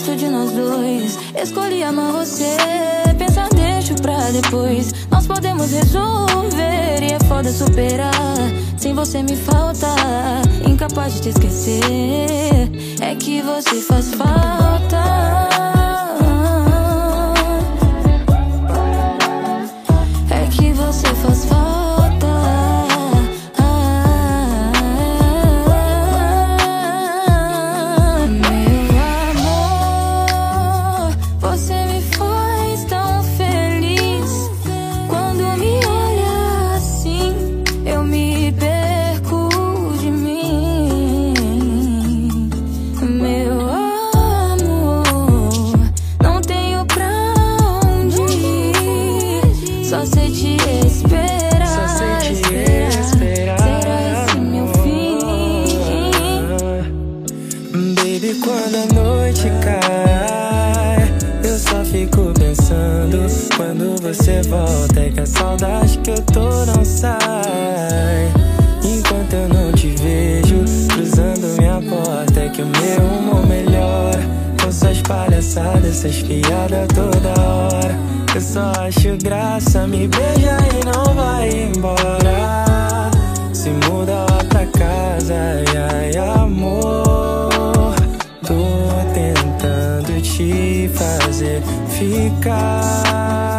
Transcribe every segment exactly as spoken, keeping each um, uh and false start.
gosto de nós dois. Escolhi amar você, pensar deixo pra depois. Nós podemos resolver e é foda superar. Sem você me falta, incapaz de te esquecer. É que você faz falta. É que você faz falta. Quando você volta é que a saudade que eu tô não sai. Enquanto eu não te vejo cruzando minha porta, é que o meu humor melhora. Com suas palhaçadas, essas piadas toda hora. Eu só acho graça, me beija e não vai embora. Se muda lá pra casa, ai, ai amor. Tô tentando te fazer ficar.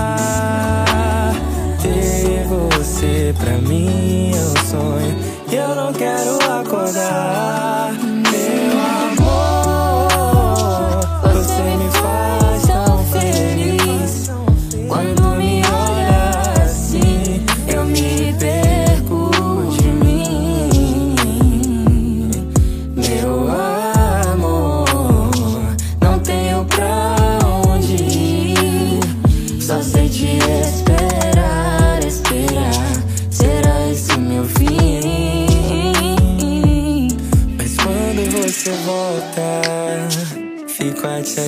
Ter você pra mim é um sonho e eu não quero acordar. Meu amor, você me faz tão feliz. Quando me olha assim, eu me perco de mim. Meu amor, não tenho pra onde ir. Só sei te esperar, esperar. Será esse meu fim? Mas quando você volta, fico a te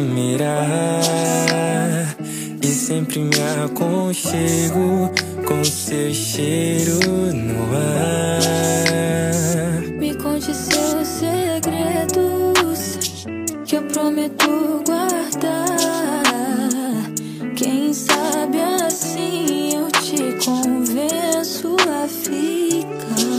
admirar. E sempre me aconchego com seu cheiro no ar. Me conte seus segredos que eu prometo guardar. Quem sabe assim eu te convenço a ficar.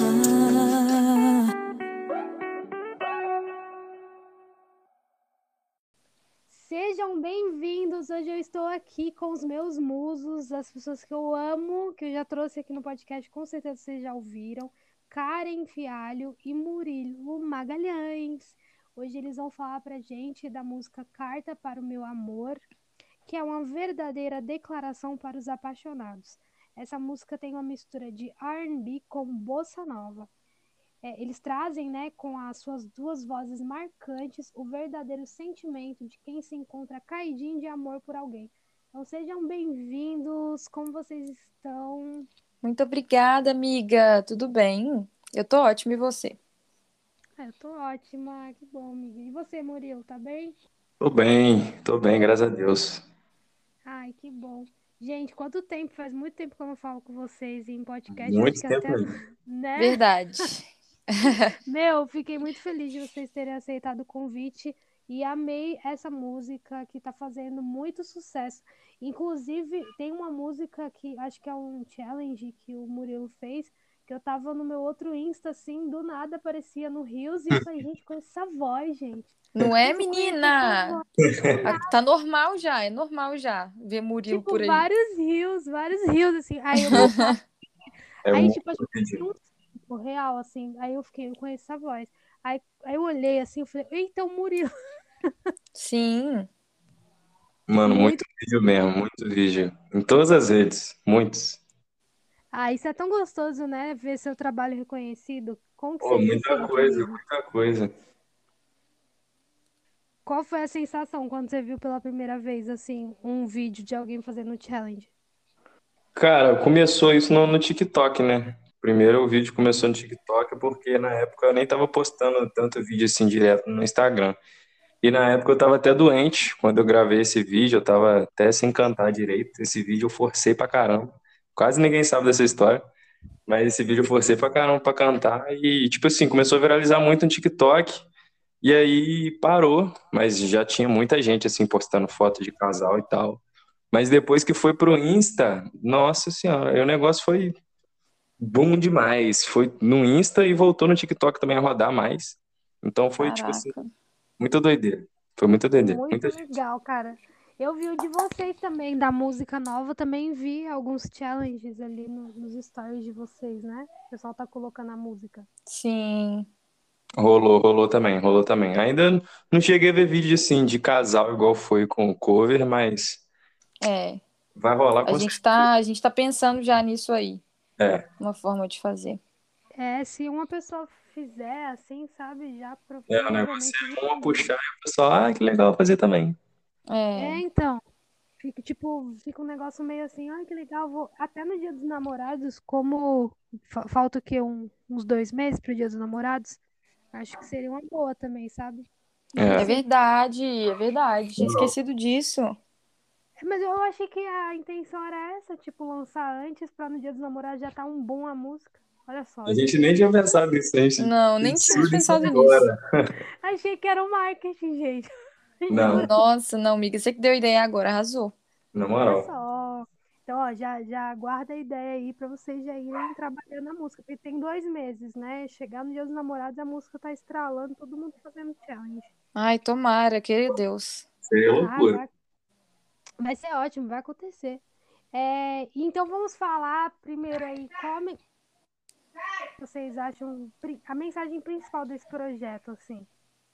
Sejam bem-vindos! Hoje eu estou aqui com os meus musos, as pessoas que eu amo, que eu já trouxe aqui no podcast, com certeza vocês já ouviram, Karen Fialho e Murilo Magalhães. Hoje eles vão falar pra gente da música Carta para o Meu Amor, que é uma verdadeira declaração para os apaixonados. Essa música tem uma mistura de R and B com bossa nova. É, eles trazem, né, com as suas duas vozes marcantes, o verdadeiro sentimento de quem se encontra caidinho de amor por alguém. Então sejam bem-vindos, como vocês estão? Muito obrigada, amiga. Tudo bem? Eu tô ótima, e você? Ah, eu tô ótima, que bom, amiga. E você, Murilo, tá bem? Tô bem, tô bem, graças a Deus. Ai, que bom. Gente, quanto tempo? Faz muito tempo que eu não falo com vocês em podcast, acho Muito que tempo até, mesmo. né? Verdade. Meu, fiquei muito feliz de vocês terem aceitado o convite e amei essa música que tá fazendo muito sucesso. Inclusive, tem uma música que acho que é um challenge que o Murilo fez, que eu tava no meu outro Insta, assim, do nada aparecia no Reels e eu falei, gente, com essa voz, gente. Não é, Eu conheço essa menina? voz. Ah, Tá normal já, é normal já ver Murilo Tipo, por aí. vários Reels, vários Reels, assim. Aí eu botava, É aí, muito tipo, acho que vídeo. um tempo real, assim. Aí eu fiquei, eu conheço essa voz. Aí, aí eu olhei assim, eu falei, eita, o Murilo. Sim, Mano, muito Muito. vídeo mesmo, muito vídeo. Em todas as redes, muitos. Ah, isso é tão gostoso, né? Ver seu trabalho reconhecido. Como que Pô, você se muita sente, coisa, amigo? muita coisa. Qual foi a sensação quando você viu pela primeira vez, assim, um vídeo de alguém fazendo challenge? Cara, começou isso no, no TikTok, né? Primeiro o vídeo começou no TikTok porque na época eu nem tava postando tanto vídeo assim direto no Instagram. E na época eu tava até doente. Quando eu gravei esse vídeo, eu tava até sem cantar direito. Esse vídeo eu forcei pra caramba. Quase ninguém sabe dessa história. Mas esse vídeo eu forcei pra caramba pra cantar. E, tipo assim, começou a viralizar muito no TikTok. E aí parou, mas já tinha muita gente assim postando foto de casal e tal. Mas depois que foi pro Insta, nossa senhora, aí o negócio foi boom demais. Foi no Insta e voltou no TikTok também a rodar mais. Então foi tipo assim, Caraca. muita doideira. Foi muita doideira, Muito muita gente. legal, cara. Eu vi o de vocês também, da música nova. Também vi alguns challenges ali no- nos stories de vocês, né? O pessoal tá colocando a música. Sim. Rolou, rolou também, rolou também. Ainda não cheguei a ver vídeo assim de casal igual foi com o cover, mas É. vai rolar A com gente certeza. tá, a gente tá pensando já nisso aí. É, Uma forma de fazer. É, se uma pessoa fizer assim, sabe, já pro- é, o negócio provavelmente é uma viraliza. puxar e o pessoal, ah, que legal fazer também. É. É, então, fica tipo, fica um negócio meio assim, ai que legal, vou até no Dia dos Namorados, como fa- falta o quê? Um- uns dois meses pro Dia dos Namorados, acho que seria uma boa também, sabe? E É É, você. verdade, é verdade. Tinha esquecido disso. É, mas eu achei que a intenção era essa, tipo, lançar antes pra no Dia dos Namorados já tá um bom a música. Olha só, a achei gente que nem era, tinha pensado nisso, a gente Não, nem pensou tínhamos nisso pensado nisso. agora. achei que era o marketing, gente. Não, Juro. Nossa, não, amiga, você que deu ideia agora, arrasou. na Olha moral. só. Então, ó, já, já guarda a ideia aí pra vocês já irem trabalhando na música. Porque tem dois meses, né? Chegar no Dia dos Namorados, a música tá estralando, todo mundo fazendo challenge. Ai, tomara, queira Deus. Seria Ah, loucura. vai, vai ser ótimo, vai acontecer. É, então vamos falar primeiro aí, qual a men- vocês acham pri- a mensagem principal desse projeto, assim,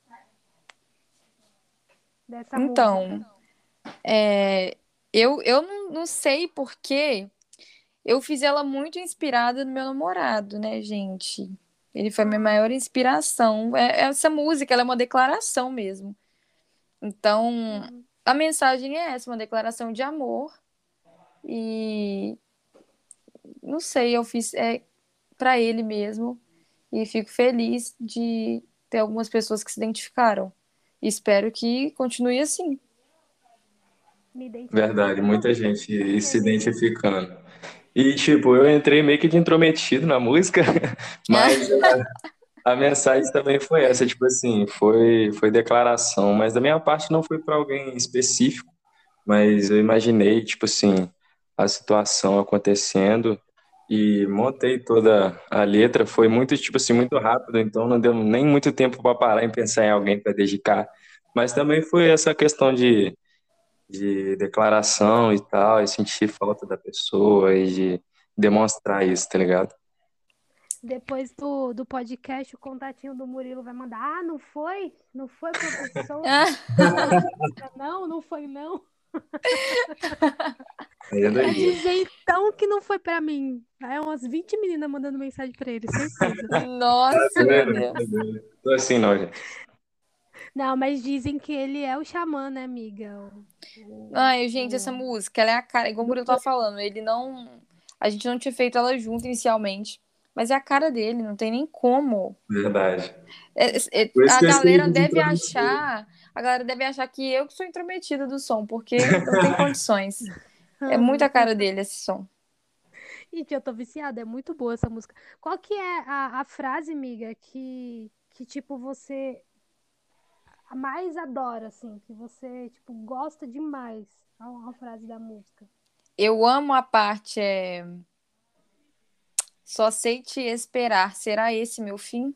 dessa música? Então, é, eu, eu não, não sei porque eu fiz ela muito inspirada no meu namorado, né, gente? Ele foi a minha Ah, maior inspiração. É, essa música, ela é uma declaração mesmo. Então, uhum. a mensagem é essa, uma declaração de amor. E não sei, eu fiz é para ele mesmo e fico feliz de ter algumas pessoas que se identificaram. E espero que continue assim. Me identifiquei Verdade, muita totalmente com gente você, se amiga. identificando. E, tipo, eu entrei meio que de intrometido na música, mas a mensagem também foi essa, tipo assim, foi, foi declaração, mas da minha parte não foi para alguém específico, mas eu imaginei, tipo assim, a situação acontecendo e montei toda a letra, foi muito, tipo assim, muito rápido, então não deu nem muito tempo para parar e pensar em alguém para dedicar, mas também foi essa questão de de declaração e tal, e sentir falta da pessoa e de demonstrar isso, tá ligado? Depois do, do podcast, o contatinho do Murilo vai mandar: Ah, não foi? Não foi pra pessoa na música, não? Não foi, não? Aí é Pode doideira. dizer então que não foi pra mim. Aí umas vinte meninas mandando mensagem pra ele, certeza. Nossa, meu Doideira, Deus. doideira. Tô assim não, gente. Não, mas dizem que ele é o xamã, né, amiga? O, Ai, gente, essa o, música, ela é a cara, igual o do Murilo tá projeto. falando, ele não. A gente não tinha feito ela junto inicialmente, mas é a cara dele, não tem nem como. Verdade. É- é- Por isso a que eu escrevi galera de deve intrometido. achar, a galera deve achar que eu que sou intrometida do som, porque não tem condições. É muito a cara dele esse som. Gente, eu tô viciada, é muito boa essa música. Qual que é a, a frase, amiga, que, que, tipo, você mais adora, assim, que você, tipo, gosta demais? A, a frase da música. Eu amo a parte, é... Só sei te esperar. Será esse meu fim?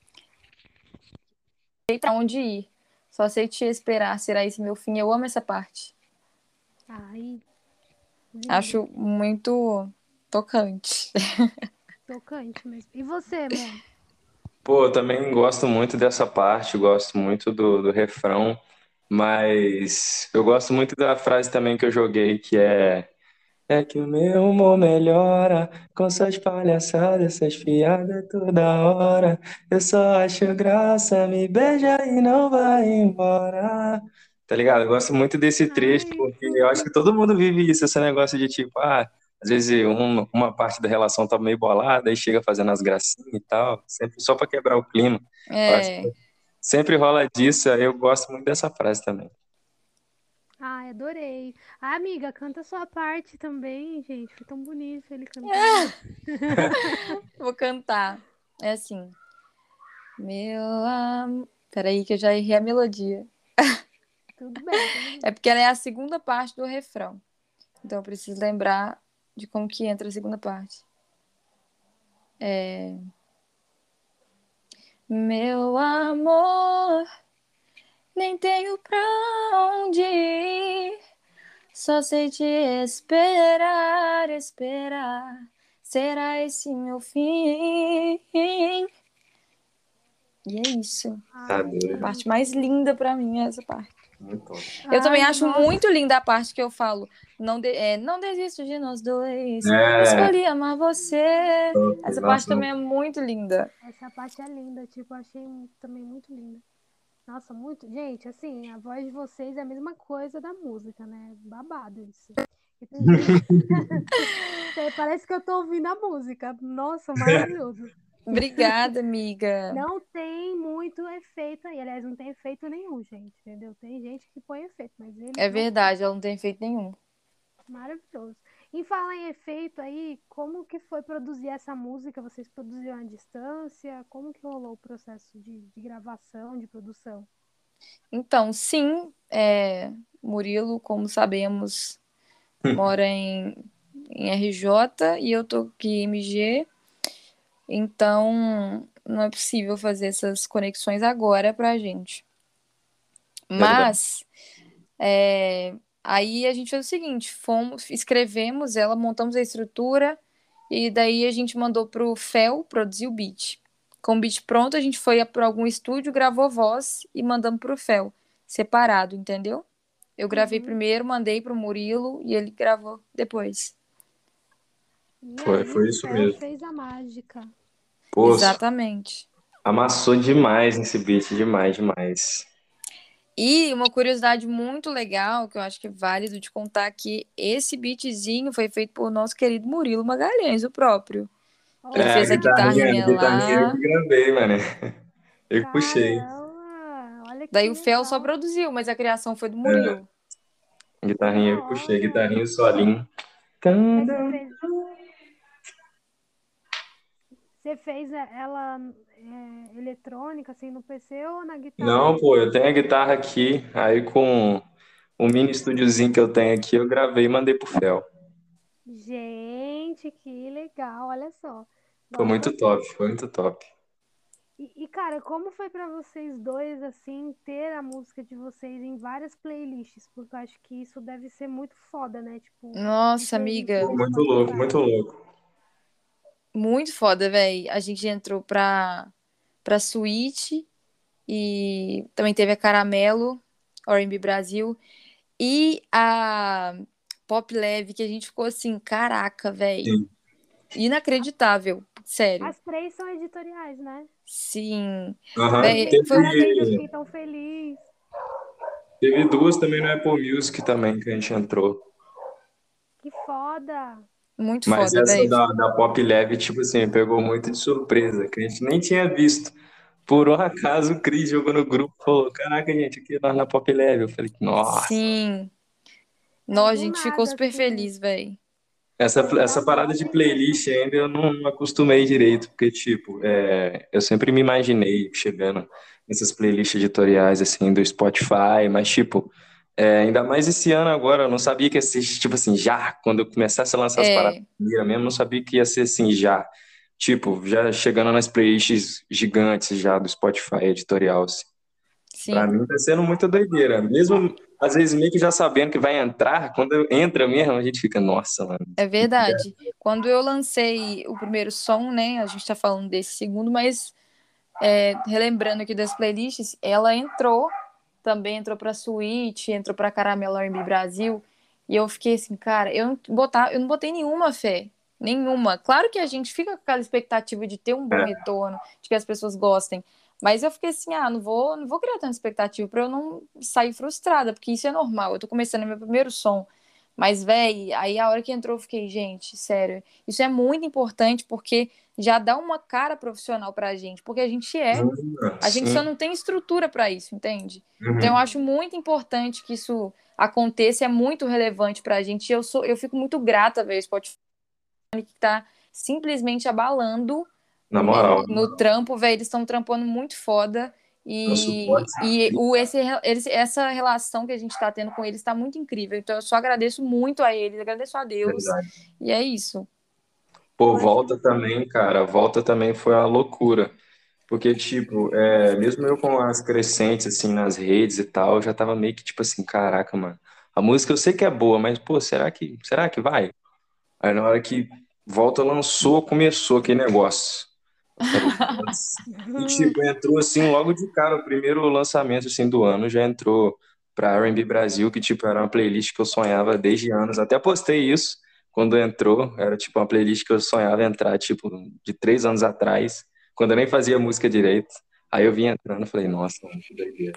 Sei pra onde ir. Só sei te esperar. Será esse meu fim? Eu amo essa parte. Ai, lindo. Acho muito tocante. Tocante mesmo. E você, amor? Pô, eu também gosto muito dessa parte, gosto muito do, do refrão, mas eu gosto muito da frase também que eu joguei, que é É que o meu humor melhora com suas palhaçadas, essas piadas toda hora. Eu só acho graça, me beija e não vai embora. Tá ligado? Eu gosto muito desse trecho, Ai, porque eu acho que todo mundo vive isso, esse negócio de tipo, ah, às vezes um- uma parte da relação tá meio bolada, aí chega fazendo as gracinhas e tal, sempre só pra quebrar o clima. Eu acho que É. sempre rola disso, aí eu gosto muito dessa frase também. ai, adorei. Ah, amiga, canta a sua parte também, gente. Foi tão bonito ele cantando. Vou cantar. É assim. Meu amor. Peraí que eu já errei a melodia. Tudo bem, tudo bem. É porque ela é a segunda parte do refrão. Então eu preciso lembrar de como que entra a segunda parte. É... Meu amor, nem tenho pra onde ir. Só sei te esperar, esperar. Será esse meu fim? E é isso. Tá Ai, doido. A parte mais linda pra mim é essa parte. Muito top. Eu também ai, acho nossa. muito linda a parte que eu falo. Não, de, é, não desisto de nós dois. É. Escolhi amar você. Top. Essa parte Nossa, também é muito linda. Essa parte é linda, tipo, eu achei também muito linda. Nossa, muito. Gente, assim, a voz de vocês é a mesma coisa da música, né? Babado isso. E tem gente- Cê- Parece que eu tô ouvindo a música. Nossa, maravilhoso. Obrigada, amiga. Não tem muito efeito aí. Aliás, não tem efeito nenhum, gente. Entendeu? Tem gente que põe efeito, mas eles É não. verdade, ela não tem feito nenhum. Maravilhoso. Em falar em efeito aí, como que foi produzir essa música? Vocês produziram à distância? Como que rolou o processo de, de gravação, de produção? Então, sim, é, Murilo, como sabemos, mora em, em R J e eu tô aqui em M G. Então, não é possível fazer essas conexões agora pra gente. verdade. Mas, é, aí a gente fez o seguinte, fomos, escrevemos ela, montamos a estrutura e daí a gente mandou pro Fel produzir o beat. Com o beat pronto, a gente foi para algum estúdio, gravou voz e mandamos pro Fel, separado, entendeu? Eu gravei Uhum. primeiro, mandei pro Murilo e ele gravou depois. E Foi, aí foi o isso Fel mesmo. fez a mágica. Pô, Exatamente. amassou demais nesse beat, demais, demais. E uma curiosidade muito legal, que eu acho que é válido de contar, que esse beatzinho foi feito por nosso querido Murilo Magalhães, o próprio. Ele É, a fez a guitarrinha, a guitarrinha guitarrinha eu lá, que gravei, mano. Eu que puxei. Caramba, olha que daí o Fel só legal. produziu, mas a criação foi do É, Murilo. Que guitarrinha da eu que puxei, hora. guitarrinha e solinho. Mas você fez, você fez ela é, eletrônica, assim, no P C ou na guitarra Não, mesmo? pô, eu tenho a guitarra aqui, aí com o mini estúdiozinho que eu tenho aqui, eu gravei e mandei pro Fel. Gente, que legal, olha só. Foi Nossa. muito top, foi muito top. E, e, cara, como foi pra vocês dois, assim, ter a música de vocês em várias playlists? Porque eu acho que isso deve ser muito foda, né? Tipo, em Nossa, playlist amiga, Pô, do muito louco, Spotify. muito louco. muito foda, velho. A gente entrou pra, pra suíte e também teve a Caramelo, R and B Brasil, e a Pop Leve, que a gente ficou assim, caraca, velho. Sim. Inacreditável, sério. As três são editoriais, né? Sim. Aham, Gente, Véi, foi, parabéns, eu teve, fiquei tão feliz. teve duas também no Apple Music também que a gente entrou. Que foda. muito Mas foda, essa velho. da, da Pop Leve, tipo assim, pegou muito de surpresa, que a gente nem tinha visto. Por um acaso, o Cris jogou no grupo e falou: Caraca, gente, aqui nós na Pop Leve. Eu falei: Nossa. Sim. É Nós, a do gente ficou nada, super assim. feliz, velho. Essa, É essa parada de playlist ainda eu não, não acostumei direito, porque, tipo, é, eu sempre me imaginei chegando nessas playlists editoriais, assim, do Spotify, mas, tipo, é, ainda mais esse ano agora, eu não sabia que ia ser, tipo assim, já, quando eu começasse a lançar as paradas É, primeiro mesmo, eu não sabia que ia ser assim, já. Tipo, já chegando nas playlists gigantes já do Spotify editorial, assim. Pra sim. mim tá sendo muita doideira. Mesmo, às vezes, meio que já sabendo que vai entrar, quando entra mesmo, a gente fica, nossa, mano. É verdade. Quando eu lancei o primeiro som, né? A gente tá falando desse segundo, mas é, relembrando aqui das playlists, ela entrou, também entrou pra Suite, entrou pra Caramelo R and B Brasil, e eu fiquei assim, cara, eu não, botar, eu não botei nenhuma fé, nenhuma. Claro que a gente fica com aquela expectativa de ter um bom É, retorno, de que as pessoas gostem, mas eu fiquei assim, ah, não vou, não vou criar tanta expectativa pra eu não sair frustrada, porque isso é normal. Eu tô começando meu primeiro som, mas, véi, aí a hora que entrou eu fiquei, gente, sério, isso é muito importante porque já dá uma cara profissional pra gente, porque a gente é. hum, A gente só sim. não tem estrutura pra isso, entende? Então eu Uhum. acho muito importante que isso aconteça, é muito relevante pra gente. E eu sou, eu fico muito grata ver o Spotify que tá simplesmente abalando Na é, moral. no trampo, velho. Eles estão trampando muito foda. É um E, suporte e o, esse, esse- essa relação que a gente está tendo com eles está muito incrível. Então, eu só agradeço muito a eles, agradeço a Deus. verdade. E é isso. Eu Pô, acho volta muito. também, cara. Volta também foi uma loucura. Porque, tipo, é, mesmo eu com as crescentes, assim, nas redes e tal, eu já tava meio que, tipo assim, caraca, mano. A música eu sei que é boa, mas, pô, será que, será que vai? Aí na hora que Volta lançou, começou aquele negócio. Eu falei, nossa. E, tipo, entrou, assim, logo de cara, o primeiro lançamento, assim, do ano, já entrou pra R and B Brasil, que, tipo, era uma playlist que eu sonhava desde anos. Até postei isso quando entrou. Era, tipo, uma playlist que eu sonhava entrar, tipo, de três anos atrás, quando eu nem fazia música direito. Aí eu vim entrando e falei, nossa, mano, que doideira.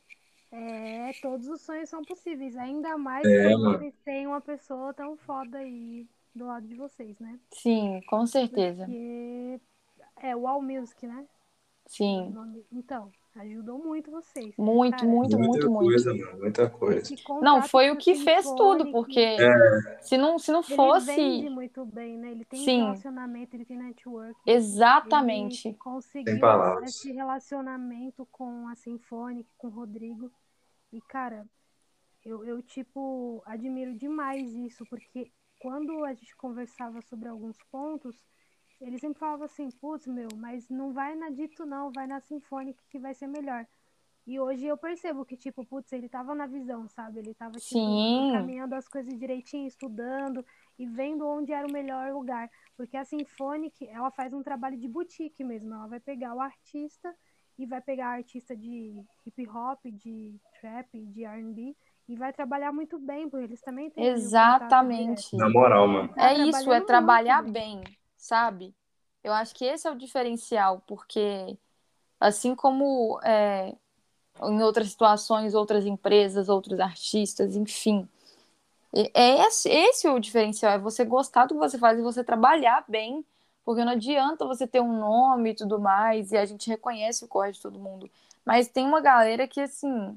É, todos os sonhos são possíveis, ainda mais É, quando mano. vocês têm uma pessoa tão foda aí do lado de vocês, né? Sim, com certeza. Porque é o All Music, né? O Sim. nome. Então, ajudou muito vocês. Muito, Cara, muito, Muita muito, muito. coisa, mano, muita coisa. esse Não, contato foi com o a que fez tudo, Symphonic, porque É, se não, se não ele vende fosse. muito bem, né? Ele tem Sim, relacionamento, ele tem networking. Ele exatamente. sem conseguiu essa- palavras. esse relacionamento com a Symphonic, com o Rodrigo. E, cara, eu, eu, tipo, admiro demais isso, porque quando a gente conversava sobre alguns pontos, ele sempre falava assim, putz, meu, mas não vai na Dito não, vai na Symphonic que vai ser melhor. E hoje eu percebo que, tipo, putz, ele tava na visão, sabe? Ele tava, tipo, Sim, encaminhando as coisas direitinho, estudando e vendo onde era o melhor lugar. Porque a Symphonic, ela faz um trabalho de boutique mesmo. Ela vai pegar o artista e vai pegar artista de hip hop, de trap, de R and B e vai trabalhar muito bem, porque eles também têm ali o contato direto. exatamente. Na moral, E mano. tá É isso, é trabalhando muito trabalhar bem. bem, sabe? Eu acho que esse é o diferencial, porque assim como é, em outras situações, outras empresas, outros artistas, enfim, é é esse, esse o diferencial, é você gostar do que você faz e você trabalhar bem, porque não adianta você ter um nome e tudo mais, e a gente reconhece o corre de todo mundo. Mas tem uma galera que, assim,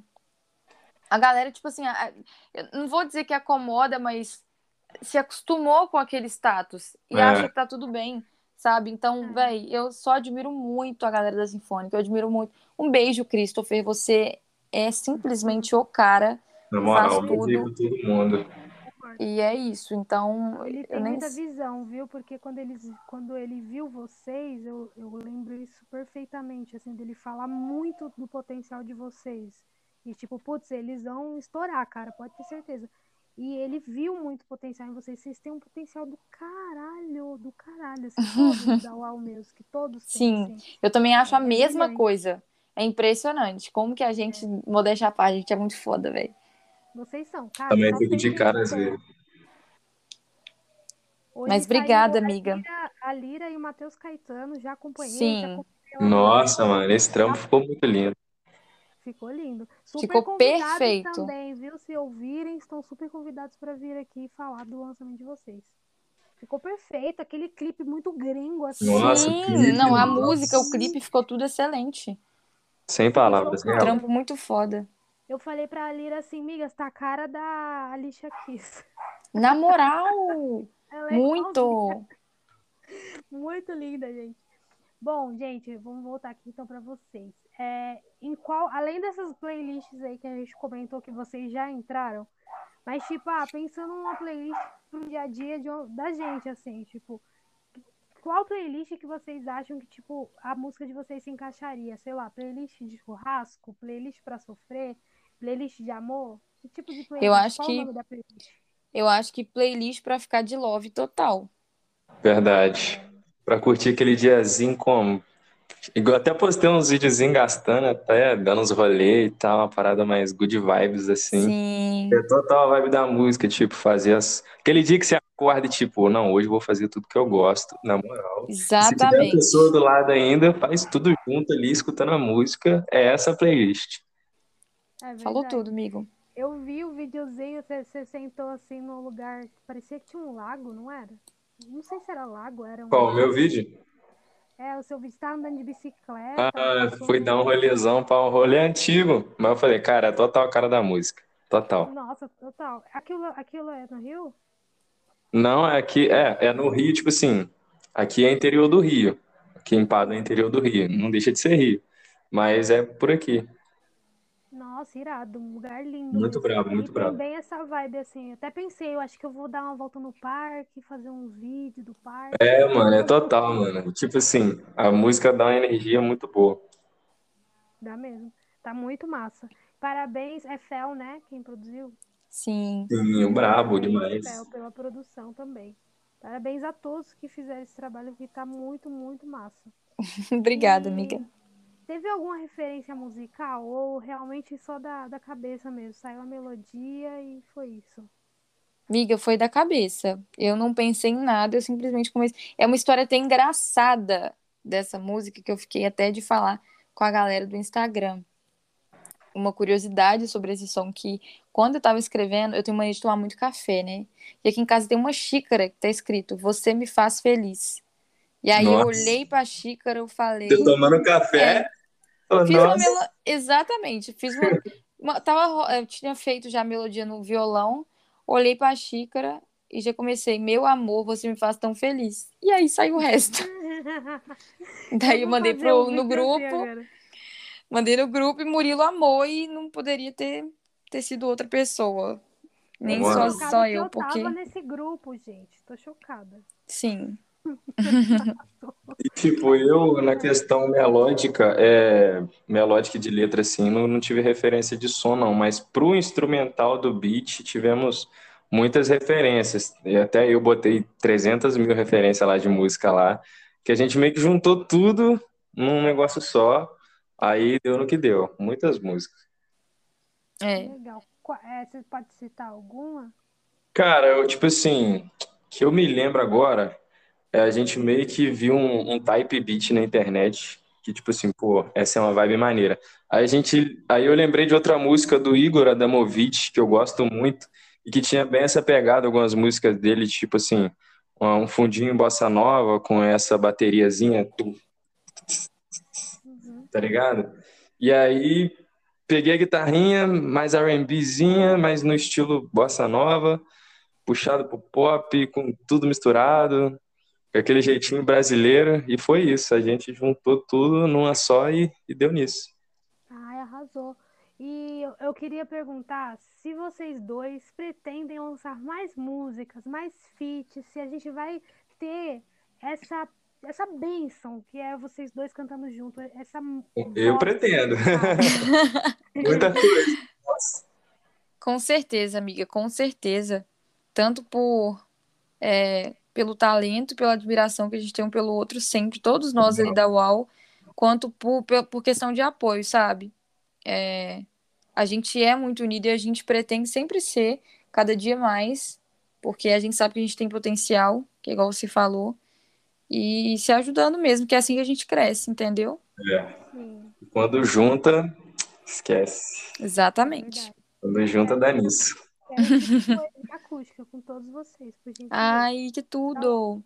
a galera, tipo assim, a- eu não vou dizer que acomoda, mas se acostumou com aquele status e acha É, que tá tudo bem, sabe? Então, É. véi, eu só admiro muito a galera da Sinfônica, eu admiro muito. Um beijo, Christopher, você é simplesmente o cara, na faz moral, eu tudo digo todo mundo. e é isso. Então, Ele eu tem nem. muita visão, viu? Porque quando, eles, quando ele viu vocês, eu, eu lembro isso perfeitamente, assim, dele falar muito do potencial de vocês. E tipo, putz, eles vão estourar, cara, pode ter certeza. E ele viu muito potencial em vocês. Vocês têm um potencial do caralho, do caralho, assim, todos da Wow Music, todos têm, Sim, assim. eu também acho a É, é mesma brilhante. coisa. É impressionante como que a gente, modéstia à parte, a gente é muito foda, velho. Vocês são, cara, Também tá fico de sempre cara às vezes. top. Hoje Mas saiu obrigada, a amiga. Lira, a Lira e o Matheus Caetano, já acompanhei, já Sim, acompanhei lá no Nossa, mano, esse trampo ficou muito lindo. Ficou lindo. Super ficou convidados perfeito. também, viu? Se ouvirem, estão super convidados para vir aqui falar do lançamento de vocês. Ficou perfeito, aquele clipe muito gringo, assim. Nossa, o Sim, clipe, não, a música, o nossa. clipe ficou tudo excelente. Sem Fiquei palavras, real. Trampo chocada. muito foda. Eu falei pra Lira assim, migas, tá a cara da Alicia Keys. Na moral, Ela é igualzinha. muito. Muito linda, gente. Bom, gente, vamos voltar aqui então para vocês. É, em qual, além dessas playlists aí que a gente comentou que vocês já entraram, mas tipo, ah, pensando numa playlist pro dia a dia de, um- da gente, assim, tipo, qual playlist que vocês acham que, tipo, a música de vocês se encaixaria? Sei lá, playlist de churrasco, playlist pra sofrer, playlist de amor? Que tipo de Eu playlist? acho Qual o que nome da playlist? eu acho que playlist pra ficar de love total. Verdade. Pra curtir aquele diazinho como. Igual até postei uns videozinhos gastando, até dando uns rolê e tal, uma parada mais good vibes assim. Sim, É total a vibe da música, tipo, fazer as. Aquele dia que você acorda e, tipo, não, hoje eu vou fazer tudo que eu gosto, na moral. E se tiver a pessoa exatamente. do lado ainda, faz tudo junto ali, escutando a música. É essa a playlist. É Falou verdade. tudo, amigo. Eu vi o videozinho, você você sentou assim num lugar que parecia que tinha um lago, não era? Não sei se era lago, era Qual, o um. meu vídeo? É, o seu vídeo estava andando de bicicleta, Ah, passou fui dar um no. rolezão pra um rolê antigo. Mas eu falei, cara, é total a cara da música. Total. Nossa, total. Aquilo, aquilo é no Rio? Não, é aqui, é, é no Rio, tipo assim, aqui é interior do Rio. Aqui em Padua é interior do Rio, não deixa de ser Rio. Mas é por aqui. Nossa, irado, um lugar lindo Muito mesmo. brabo, E muito tem brabo. bem essa vibe assim. Até pensei, eu acho que eu vou dar uma volta no parque, fazer uns vídeos do parque. É, mano, é total, mano. Tipo assim, a música dá uma energia muito boa. Dá mesmo. Tá muito massa. Parabéns, é Fel, né? Quem produziu? Sim. Sim, o brabo Parabéns, demais. Fel, pela produção também. Parabéns a todos que fizeram esse trabalho que tá muito, muito massa. Obrigada, amiga. E teve alguma referência musical ou realmente só da, da cabeça mesmo? Saiu a melodia e foi isso. Amiga, foi da cabeça. Eu não pensei em nada, eu simplesmente comecei. É uma história até engraçada dessa música que eu fiquei até de falar com a galera do Instagram. Uma curiosidade sobre esse som que, quando eu tava escrevendo, eu tenho mania de tomar muito café, né? E aqui em casa tem uma xícara que tá escrito: Você me faz feliz. E aí eu Nossa, olhei pra xícara, eu você falei, tomando é, café? Fala, fiz uma nossa, melo... Exatamente, fiz uma... uma... Tava... ro- Eu tinha feito já a melodia no violão, olhei pra xícara e já comecei, meu amor, você me faz tão feliz. E aí saiu o resto. Eu Daí eu vou mandei fazer um pro... no vídeo assim grupo, agora. mandei no grupo e Murilo amou e não poderia ter, ter sido outra pessoa. Eu Nem tô só, mano. chocada só que eu, eu tava porque, nesse grupo, gente. Tô chocada. sim. E, tipo, eu, na questão melódica, é, melódica de letra, assim, não, não tive referência de som, não. Mas pro instrumental do beat, tivemos muitas referências. E até eu botei trezentas mil referências lá de música lá, que a gente meio que juntou tudo num negócio só. Aí deu no que deu. Muitas músicas. É. Legal. Qua- é, você pode citar alguma? Cara, eu, tipo assim, que eu me lembro agora. É, a gente meio que viu um, um type beat na internet, que tipo assim, pô, essa é uma vibe maneira. Aí a gente, aí eu lembrei de outra música do Igor Adamovich, que eu gosto muito, e que tinha bem essa pegada, algumas músicas dele, tipo assim, um fundinho bossa nova com essa bateriazinha, tum, Uhum. tá ligado? E aí peguei a guitarrinha, mais RandBzinha, mas no estilo bossa nova, puxado pro pop, com tudo misturado. Com aquele jeitinho brasileiro, e foi isso. A gente juntou tudo numa só e, e deu nisso. Ai, arrasou. E eu, eu queria perguntar se vocês dois pretendem lançar mais músicas, mais feats, se a gente vai ter essa essa bênção que é vocês dois cantando junto, essa Eu voz pretendo. sabe? Muita coisa. Nossa. Com certeza, amiga, com certeza. Tanto por é, pelo talento, pela admiração que a gente tem um pelo outro, sempre, todos nós ali da UAU, quanto por, pe- por questão de apoio, sabe? É, a gente é muito unido e a gente pretende sempre ser, cada dia mais, porque a gente sabe que a gente tem potencial, que é igual você falou, e se ajudando mesmo, que é assim que a gente cresce, entendeu? É. Sim, Quando junta, esquece. é Exatamente. verdade. Quando junta, Quero, dá nisso. quero vir com poesia acústica com todos vocês, por gentileza. Ai, que Tá bom. tudo!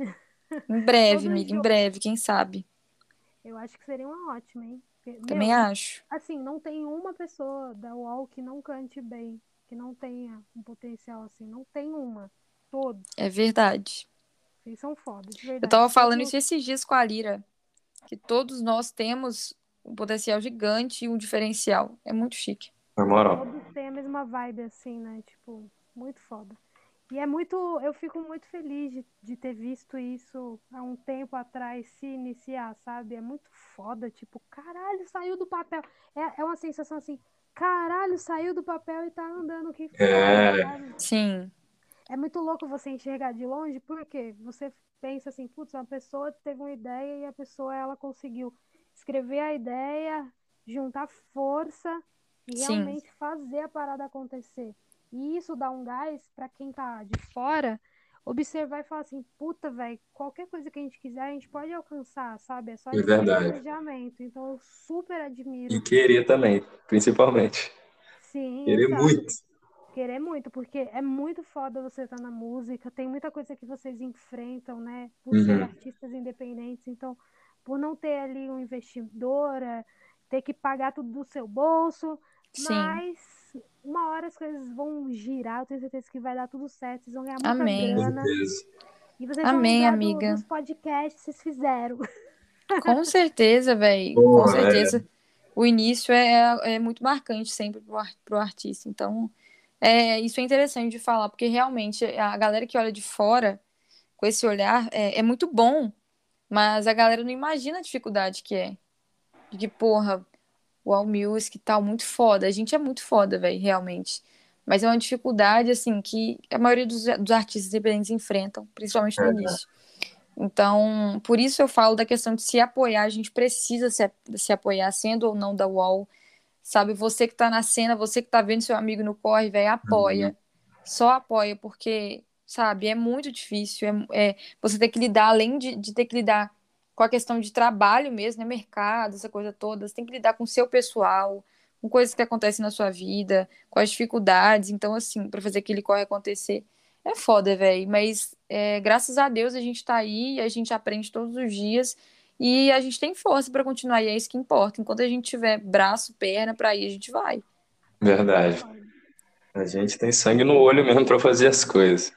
Em breve, Todo amiga, em jogo. breve, quem sabe? Eu acho que seria uma ótima, hein? Porque, Também meu, acho. assim, não tem uma pessoa da U O L que não cante bem, que não tenha um potencial assim. Não tem uma. Todos. É verdade. Vocês são foda, de Eu verdade. tava falando Todos, isso esses dias com a Lira, que todos nós temos um potencial gigante e um diferencial. É muito chique. Na moral. todos têm a mesma vibe, assim, né? Tipo, muito foda. E é muito. Eu fico muito feliz de, de ter visto isso há um tempo atrás se iniciar, sabe? É muito foda. Tipo, caralho, saiu do papel. É, é uma sensação assim, caralho, saiu do papel e tá andando, que foda, É, sabe? Sim, É muito louco você enxergar de longe, porque você pensa assim, putz, uma pessoa teve uma ideia e a pessoa ela conseguiu escrever a ideia, juntar força e sim, realmente fazer a parada acontecer. E isso dá um gás para quem tá de fora observar e falar assim, puta, velho, qualquer coisa que a gente quiser, a gente pode alcançar, sabe? É só a é gente ter verdade. planejamento. Então eu super E admiro. querer também, principalmente. Sim, Querer exato. muito. Querer muito, porque é muito foda você estar na música, tem muita coisa que vocês enfrentam, né, por ser Uhum. artistas independentes, então, por não ter ali um investidor, é, ter que pagar tudo do seu bolso, sim. mas uma hora as coisas vão girar, eu tenho certeza que vai dar tudo certo, vocês vão ganhar muita Com Amém. grana, certeza. e vocês vão Amém, lembrar do- amiga. dos podcasts que vocês fizeram. Com certeza, velho. Com Pô, é, certeza. o início é, é muito marcante sempre pro, ar- pro artista. Então, é, isso é interessante de falar, porque realmente a galera que olha de fora com esse olhar é, é muito bom, mas a galera não imagina a dificuldade que é. De que, porra, o All Music e tal, muito foda. A gente é muito foda, velho, realmente. Mas é uma dificuldade, assim, que a maioria dos, dos artistas independentes enfrentam, principalmente no início. Então, por isso eu falo da questão de se apoiar, a gente precisa se, se apoiar, sendo ou não da U O L, sabe? Você que tá na cena, você que tá vendo seu amigo no corre, velho, Uhum. apoia. Só apoia, porque, sabe, é muito difícil. É, é- você ter que lidar, além de, de ter que lidar com a questão de trabalho mesmo, né? Mercado, essa coisa toda, você tem que lidar com o seu pessoal, com coisas que acontecem na sua vida, com as dificuldades. Então, assim, pra fazer aquele corre acontecer, é foda, velho. Mas, é, graças a Deus, a gente tá aí, a gente aprende todos os dias. E a gente tem força pra continuar, e é isso que importa. Enquanto a gente tiver braço, perna pra ir, a gente vai. Verdade. Concordo. A gente tem sangue no olho mesmo pra fazer as coisas.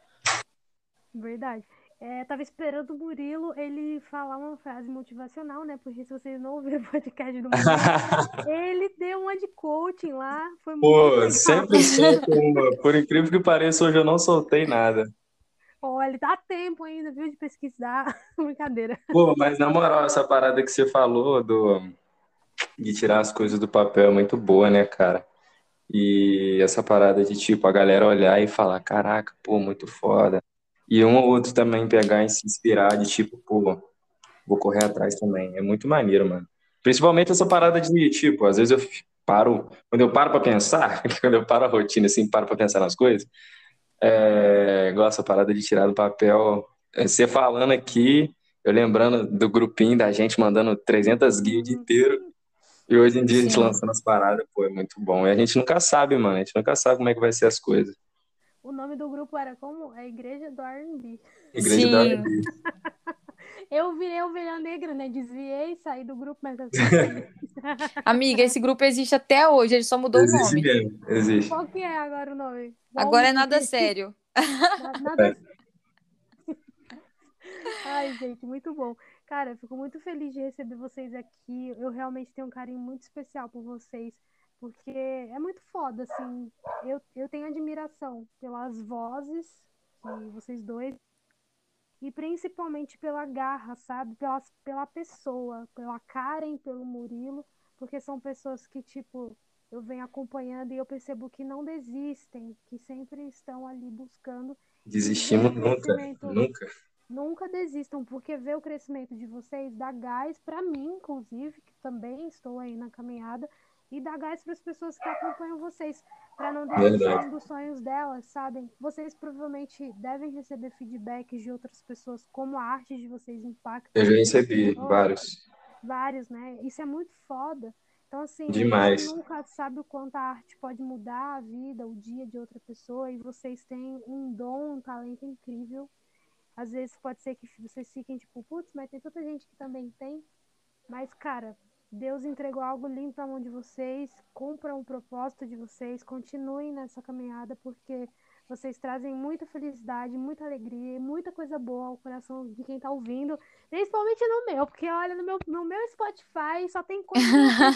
Verdade. É, tava esperando o Murilo ele falar uma frase motivacional, né? Porque se vocês não ouviram o podcast do Murilo, ele deu uma de coaching lá, foi muito Pô, legal. sempre solto uma. Por incrível que pareça, hoje eu não soltei nada. Olha, ele dá tempo ainda, viu, de pesquisar. Brincadeira. Pô, mas na moral, essa parada que você falou do, de tirar as coisas do papel é muito boa, né, cara? E essa parada de, tipo, a galera olhar e falar, caraca, pô, muito foda. E um ou outro também pegar e se inspirar de, tipo, pô, vou correr atrás também. É muito maneiro, mano. Principalmente essa parada de, tipo, às vezes eu paro, quando eu paro pra pensar, quando eu paro a rotina, assim, paro pra pensar nas coisas, é, igual essa parada de tirar do papel. É, você falando aqui, eu lembrando do grupinho da gente mandando trezentas guias o dia Uhum. inteiro. E hoje em dia a gente Sim. lançando as paradas, pô, é muito bom. E a gente nunca sabe, mano. A gente nunca sabe como é que vai ser as coisas. O nome do grupo era como? É Igreja do R and B. Igreja da Sim. R and B. Eu virei ovelha negra, né? Desviei, saí do grupo, mas eu tô aqui. Amiga, esse grupo existe até hoje, ele só mudou o Existe nome. mesmo, existe. Qual que é agora o nome? All Agora é nada Music. sério. Na- Nada. É. Ai, gente, muito bom. Cara, eu fico muito feliz de receber vocês aqui. Eu realmente tenho um carinho muito especial por vocês, porque é muito foda, assim. Eu, eu tenho admiração pelas vozes que vocês dois e principalmente pela garra, sabe? Pela, pela pessoa, pela Karen, pelo Murilo, porque são pessoas que, tipo, eu venho acompanhando e eu percebo que não desistem, que sempre estão ali buscando e ver o Desistimos nunca, crescimento. nunca. Nunca desistam, porque ver o crescimento de vocês dá gás para mim, inclusive, que também estou aí na caminhada, e dá gás para as pessoas que acompanham vocês, para não Verdade. desistirem dos sonhos delas, sabem? Vocês provavelmente devem receber feedbacks de outras pessoas, como a arte de vocês impacta Eu a já vida das recebi pessoas, vários. vários, né? Isso é muito foda. Então, assim, a gente Demais. nunca sabe o quanto a arte pode mudar a vida, o dia de outra pessoa, e vocês têm um dom, um talento incrível. Às vezes pode ser que vocês fiquem tipo, putz, mas tem tanta gente que também tem. Mas, cara, Deus entregou algo lindo na mão de vocês, cumpram o propósito de vocês, continuem nessa caminhada, porque vocês trazem muita felicidade, muita alegria, muita coisa boa ao coração de quem tá ouvindo, principalmente no meu, porque olha, no meu, no meu Spotify só tem coisa boa pra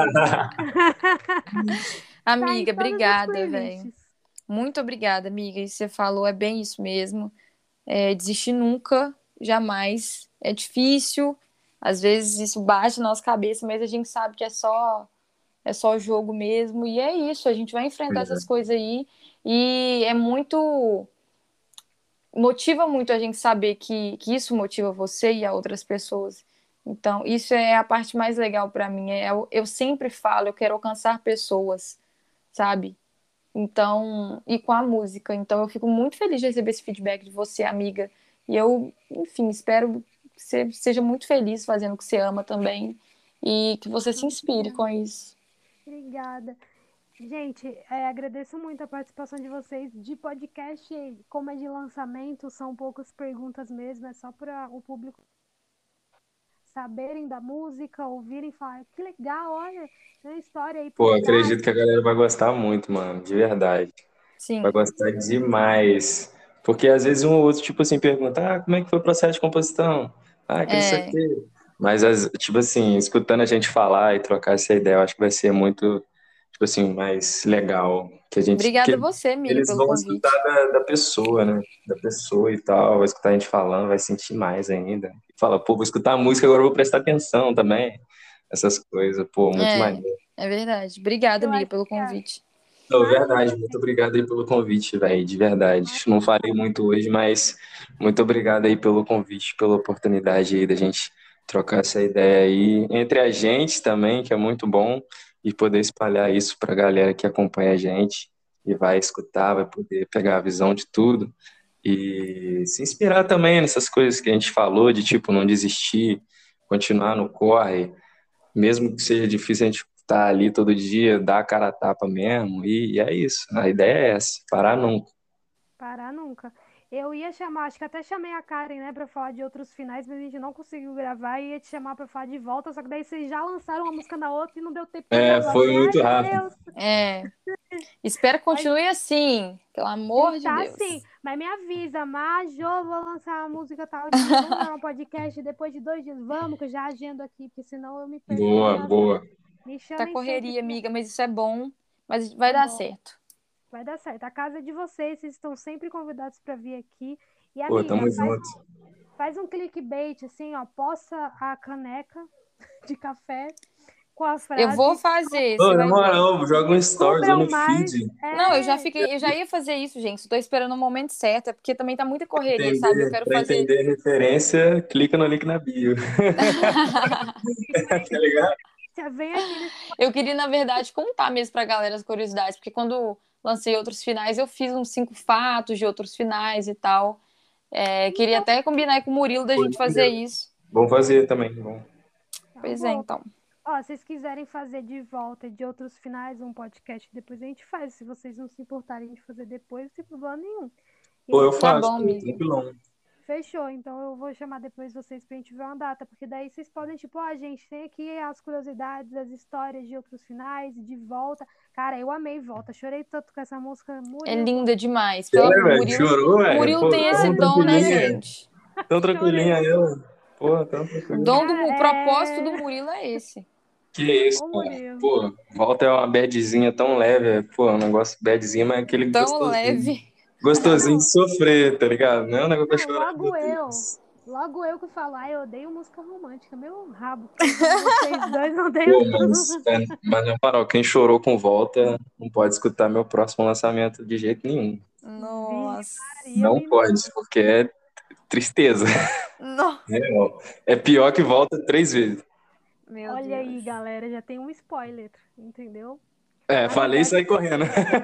Tá em Amiga, todas as obrigada, velho. playlists. Muito obrigada, amiga. Isso que você falou é bem isso mesmo. É, desistir nunca, jamais. É difícil, às vezes isso bate na nossa cabeça, mas a gente sabe que é só é só jogo mesmo. E é isso, a gente vai enfrentar essas coisas aí. E é muito. Motiva muito a gente saber que, que isso motiva você e a outras pessoas. Então, isso é a parte mais legal para mim. É, eu, eu sempre falo, eu quero alcançar pessoas, sabe? Então, e com a música. Então, eu fico muito feliz de receber esse feedback de você, amiga. E eu, enfim, espero que você seja muito feliz fazendo o que você ama também e que você se inspire com isso. Obrigada. Gente, é, agradeço muito a participação de vocês. De podcast, como é de lançamento, são poucas perguntas mesmo, é só para o público saberem da música, ouvirem falar, que legal, olha, tem uma história aí por Pô, trás. acredito que a galera vai gostar muito, mano, de verdade. Vai Sim, gostar demais. Porque às vezes um ou outro, tipo assim, pergunta, ah, como é que foi o processo de composição? Ah, que não sei o é, quê. Mas, as- tipo assim, escutando a gente falar e trocar essa ideia, eu acho que vai ser muito, tipo assim, mais legal. Que a gente, Obrigada a que você, amiga, eles pelo vão escutar convite. da, da pessoa, né? Da pessoa e tal, vai escutar a gente falando, vai sentir mais ainda. Fala, pô, vou escutar a música, agora eu vou prestar atenção também. Essas coisas, pô, muito É, maneiro. é verdade. Obrigada, Eu amiga, acho pelo que é. convite. Não, Imagina, verdade, muito obrigado aí pelo convite, velho, de verdade. Não imagina. falei muito hoje, mas muito obrigado aí pelo convite, pela oportunidade aí da gente trocar essa ideia aí entre a gente também, que é muito bom, e poder espalhar isso pra galera que acompanha a gente e vai escutar, vai poder pegar a visão de tudo e se inspirar também nessas coisas que a gente falou, de tipo, não desistir, continuar no corre. Mesmo que seja difícil a gente estar ali todo dia, dar a cara a tapa mesmo, e, e é isso. A ideia é essa, parar nunca. Parar nunca. Eu ia chamar, acho que até chamei a Karen, né, pra falar de outros finais, mas a gente não conseguiu gravar e ia te chamar pra falar de volta, só que daí vocês já lançaram uma música na outra e não deu tempo de É, gravar. Eu foi falei, ai muito meu rápido. Deus, É, espero que mas continue assim, pelo tem amor que de estar Deus. assim. Mas me avisa, Majo, vou lançar a música tal dia, vamos gravar um podcast depois de dois dias, vamos, que eu já agendo aqui, porque senão eu me perco na Boa, gravação. boa. Me Tá chamem sempre, correria, que amiga, mas isso é bom, mas vai é dar bom. certo. Vai dar certo. A casa é de vocês, vocês estão sempre convidados para vir aqui. E, Pô, amiga, tamo faz, junto. faz um clickbait, assim, ó. Posta a caneca de café com a Eu vou frase fazer, Ô, você na vai ver. moral, joga um stories ou Descubram no mais. feed. Não, eu já É, fiquei, eu já ia fazer isso, gente. Estou esperando o momento certo, é porque também tá muita correria, sabe? Eu Entender, quero pra fazer. entender a referência, clica no link na bio. Tá ligado? já vem aqui nesse... Eu queria, na verdade, contar mesmo pra galera as curiosidades, porque quando lancei outros finais, eu fiz uns cinco fatos de outros finais e tal. É, queria Então, até combinar com o Murilo da Pô, gente fazer maneiro. isso. Vamos fazer também. Vamos. tá Pois é, bom. então. Ó, se vocês quiserem fazer de volta de outros finais um podcast, depois a gente faz. Se vocês não se importarem de fazer depois, não tem problema nenhum. E a Pô, eu gente Tá faço, bom, pô, amiga. tranquilão. fechou, então eu vou chamar depois vocês pra gente ver uma data, porque daí vocês podem, tipo, ó, a gente tem aqui as curiosidades, as histórias de outros finais, de volta. Cara, eu amei Volta, chorei tanto com essa música, É Murilo, linda demais. É, Pelo o velho, Murilo, chorou, o velho? Murilo Pô, tem esse tão dom, né, tranquilinha. gente? Tão chorei. tranquilinha ela. Pô, tão O tranquilinha. dom do Cara, o propósito do é... Murilo é esse. Que isso, Ô, pô. Murilo. Pô, volta é uma badzinha tão leve. é, Pô, um negócio badzinho, mas é aquele Tão gostosinho. leve. Gostosinho de Não, sofrer, tá ligado? Não é um negócio pra não, chorar, meu logo eu. Deus. Logo eu que falo, ah, eu odeio música romântica, meu rabo, porque vocês dois não odeiam Pô, tudo. mas, é, mas na moral, quem chorou com volta não pode escutar meu próximo lançamento de jeito nenhum. Vixe Nossa. Maria, Não menino. pode, porque é tristeza. Não. Real. É pior que volta três vezes. Meu Olha aí, Deus. galera, já tem um spoiler, entendeu? É, Na falei e verdade, saí correndo.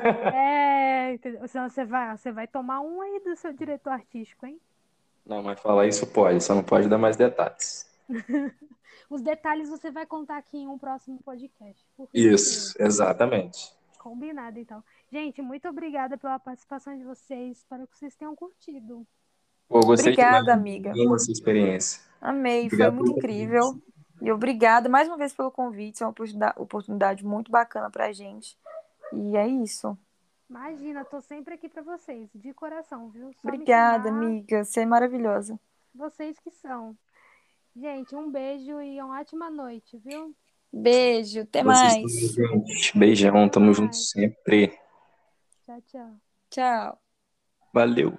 é, entendeu? Senão você vai, você vai tomar um aí do seu diretor artístico, hein? Não, mas falar isso pode, só não pode dar mais detalhes. Os detalhes você vai contar aqui em um próximo podcast. Por gentileza. Isso, exatamente. Combinado, então. Gente, muito obrigada pela participação de vocês. Espero que vocês tenham curtido. Pô, eu gostei demais Obrigada, amiga. de essa experiência. Amei, foi Obrigado muito pelo incrível. convite. E obrigada mais uma vez pelo convite. É uma oportunidade, oportunidade muito bacana pra gente. E é isso. Imagina, tô sempre aqui pra vocês, de coração, viu? Só me Obrigada, chamar, amiga. Você é maravilhosa. vocês que são. Gente, um beijo e uma ótima noite, viu? Beijo, até Vocês também, mais. gente. Beijão, Até tamo junto mais. sempre. Tchau, tchau. Tchau. Valeu.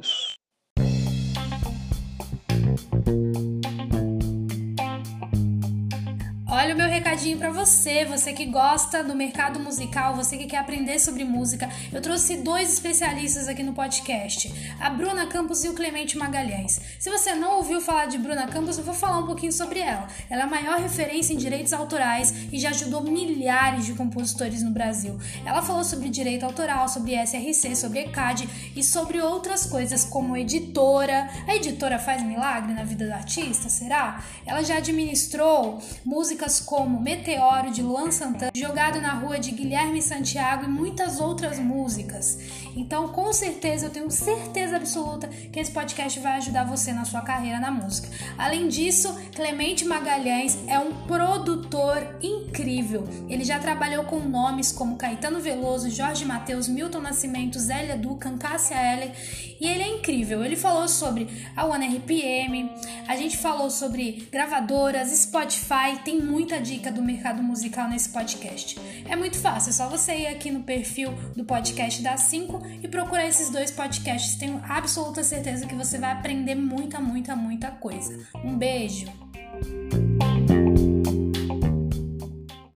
Olha o meu recadinho pra você, você que gosta do mercado musical, você que quer aprender sobre música. Eu trouxe dois especialistas aqui no podcast, a Bruna Campos e o Clemente Magalhães. Se você não ouviu falar de Bruna Campos, eu vou falar um pouquinho sobre ela. Ela é a maior referência em direitos autorais e já ajudou milhares de compositores no Brasil. Ela falou sobre direito autoral, sobre S R C, sobre E C A D e sobre outras coisas como editora. A editora faz milagre na vida do artista, será? Ela já administrou músicas como como Meteoro, de Luan Santana, Jogado na Rua, de Guilherme Santiago e muitas outras músicas. Então, com certeza, eu tenho certeza absoluta que esse podcast vai ajudar você na sua carreira na música. Além disso, Clemente Magalhães é um produtor incrível. Ele já trabalhou com nomes como Caetano Veloso, Jorge Mateus, Milton Nascimento, Zélia Duncan, Cássia Eller, e ele é incrível. Ele falou sobre a One R P M, a gente falou sobre gravadoras, Spotify, tem muita dica do mercado musical nesse podcast. É muito fácil, é só você ir aqui no perfil do podcast da cinco e procurar esses dois podcasts. Tenho absoluta certeza que você vai aprender muita, muita, muita coisa. Um beijo!